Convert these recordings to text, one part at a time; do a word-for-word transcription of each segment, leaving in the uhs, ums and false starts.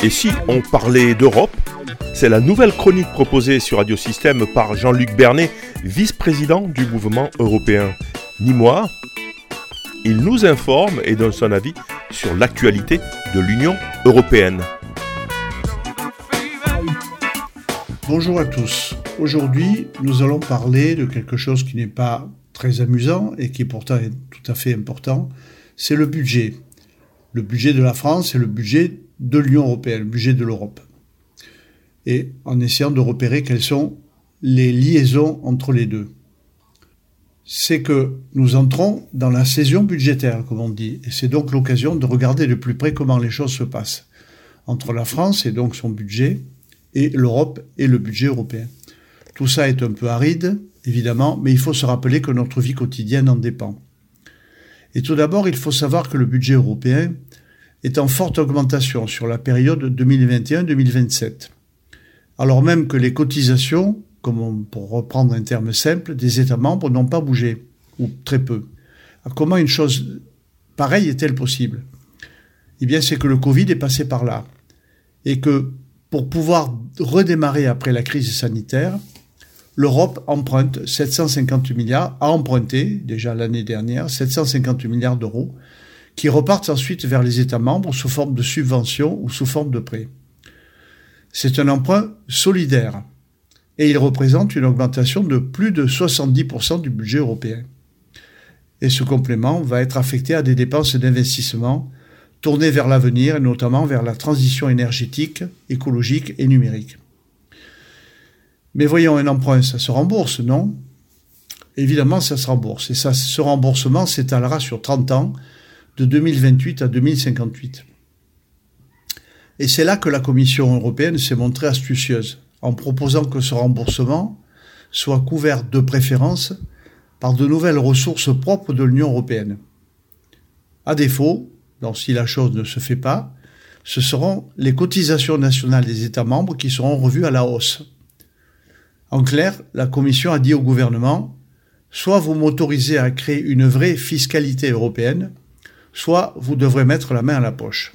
Et si on parlait d'Europe, c'est la nouvelle chronique proposée sur Radio Système par Jean-Luc Bernet, vice-président du mouvement européen. Ni moi, il nous informe et donne son avis sur l'actualité de l'Union européenne. Bonjour à tous. Aujourd'hui, nous allons parler de quelque chose qui n'est pas très amusant et qui pourtant est tout à fait important, c'est le budget. Le budget de la France et le budget de l'Union européenne, le budget de l'Europe. Et en essayant de repérer quelles sont les liaisons entre les deux. C'est que nous entrons dans la saison budgétaire, comme on dit, et c'est donc l'occasion de regarder de plus près comment les choses se passent entre la France et donc son budget et l'Europe et le budget européen. Tout ça est un peu aride, évidemment, mais il faut se rappeler que notre vie quotidienne en dépend. Et tout d'abord, il faut savoir que le budget européen est en forte augmentation sur la période deux mille vingt et un deux mille vingt-sept. Alors même que les cotisations, comme on, pour reprendre un terme simple, des États membres n'ont pas bougé, ou très peu. Alors comment une chose pareille est-elle possible ? Eh bien, c'est que le Covid est passé par là. Et que pour pouvoir redémarrer après la crise sanitaire, l'Europe emprunte sept cent cinquante milliards, a emprunté déjà l'année dernière sept cent cinquante milliards d'euros, qui repartent ensuite vers les États membres sous forme de subventions ou sous forme de prêts. C'est un emprunt solidaire et il représente une augmentation de plus de soixante-dix pour cent du budget européen. Et ce complément va être affecté à des dépenses d'investissement tournées vers l'avenir et notamment vers la transition énergétique, écologique et numérique. Mais voyons, un emprunt, ça se rembourse, non ? Évidemment, ça se rembourse. Et ça, ce remboursement s'étalera sur trente ans, de deux mille vingt-huit à deux mille cinquante-huit. Et c'est là que la Commission européenne s'est montrée astucieuse, en proposant que ce remboursement soit couvert de préférence par de nouvelles ressources propres de l'Union européenne. À défaut, donc si la chose ne se fait pas, ce seront les cotisations nationales des États membres qui seront revues à la hausse. En clair, la Commission a dit au gouvernement, soit vous m'autorisez à créer une vraie fiscalité européenne, soit vous devrez mettre la main à la poche.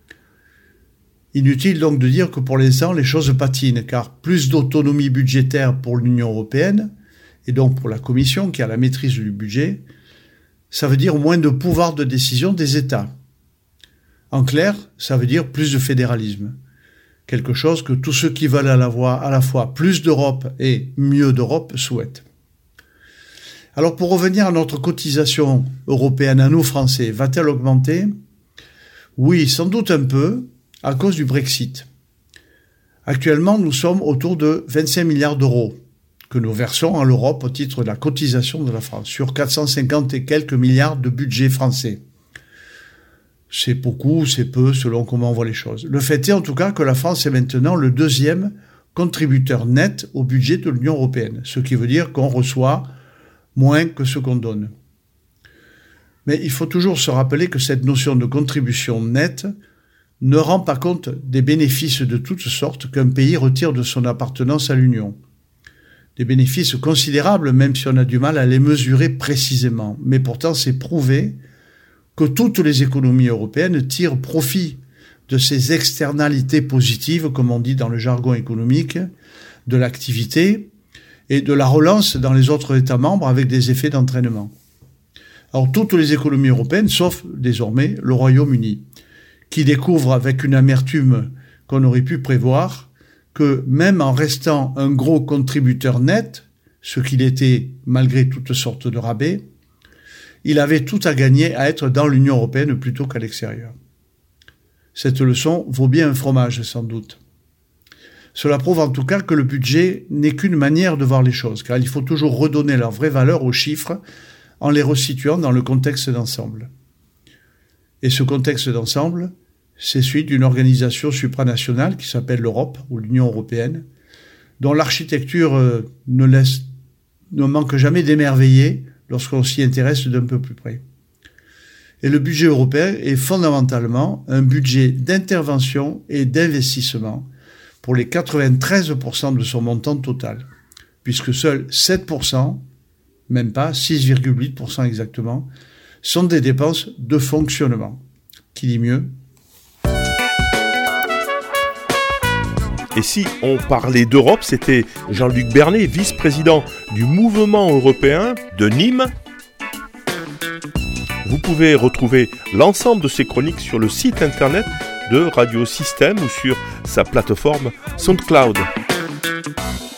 Inutile donc de dire que pour l'instant, les choses patinent, car plus d'autonomie budgétaire pour l'Union européenne, et donc pour la Commission qui a la maîtrise du budget, ça veut dire moins de pouvoir de décision des États. En clair, ça veut dire plus de fédéralisme. Quelque chose que tous ceux qui veulent à la, voix, à la fois plus d'Europe et mieux d'Europe souhaitent. Alors pour revenir à notre cotisation européenne à nous Français, va-t-elle augmenter ? Oui, sans doute un peu, à cause du Brexit. Actuellement, nous sommes autour de vingt-cinq milliards d'euros que nous versons en l'Europe au titre de la cotisation de la France, sur quatre cent cinquante et quelques milliards de budget français. C'est beaucoup, c'est peu, selon comment on voit les choses. Le fait est en tout cas que la France est maintenant le deuxième contributeur net au budget de l'Union européenne, ce qui veut dire qu'on reçoit moins que ce qu'on donne. Mais il faut toujours se rappeler que cette notion de contribution nette ne rend pas compte des bénéfices de toutes sortes qu'un pays retire de son appartenance à l'Union. Des bénéfices considérables, même si on a du mal à les mesurer précisément. Mais pourtant, c'est prouvé que toutes les économies européennes tirent profit de ces externalités positives, comme on dit dans le jargon économique, de l'activité et de la relance dans les autres États membres avec des effets d'entraînement. Alors toutes les économies européennes, sauf désormais le Royaume-Uni, qui découvre avec une amertume qu'on aurait pu prévoir que même en restant un gros contributeur net, ce qu'il était malgré toutes sortes de rabais, il avait tout à gagner à être dans l'Union européenne plutôt qu'à l'extérieur. Cette leçon vaut bien un fromage, sans doute. Cela prouve en tout cas que le budget n'est qu'une manière de voir les choses, car il faut toujours redonner leur vraie valeur aux chiffres en les resituant dans le contexte d'ensemble. Et ce contexte d'ensemble, c'est celui d'une organisation supranationale qui s'appelle l'Europe, ou l'Union européenne, dont l'architecture ne, laisse, ne manque jamais d'émerveiller lorsqu'on s'y intéresse d'un peu plus près. Et le budget européen est fondamentalement un budget d'intervention et d'investissement pour les quatre-vingt-treize pour cent de son montant total, puisque seuls sept pour cent, même pas, six virgule huit pour cent exactement, sont des dépenses de fonctionnement. Qui dit mieux ? Et si on parlait d'Europe, c'était Jean-Luc Bernet, vice-président du mouvement européen de Nîmes. Vous pouvez retrouver l'ensemble de ces chroniques sur le site internet de Radio Système ou sur sa plateforme SoundCloud.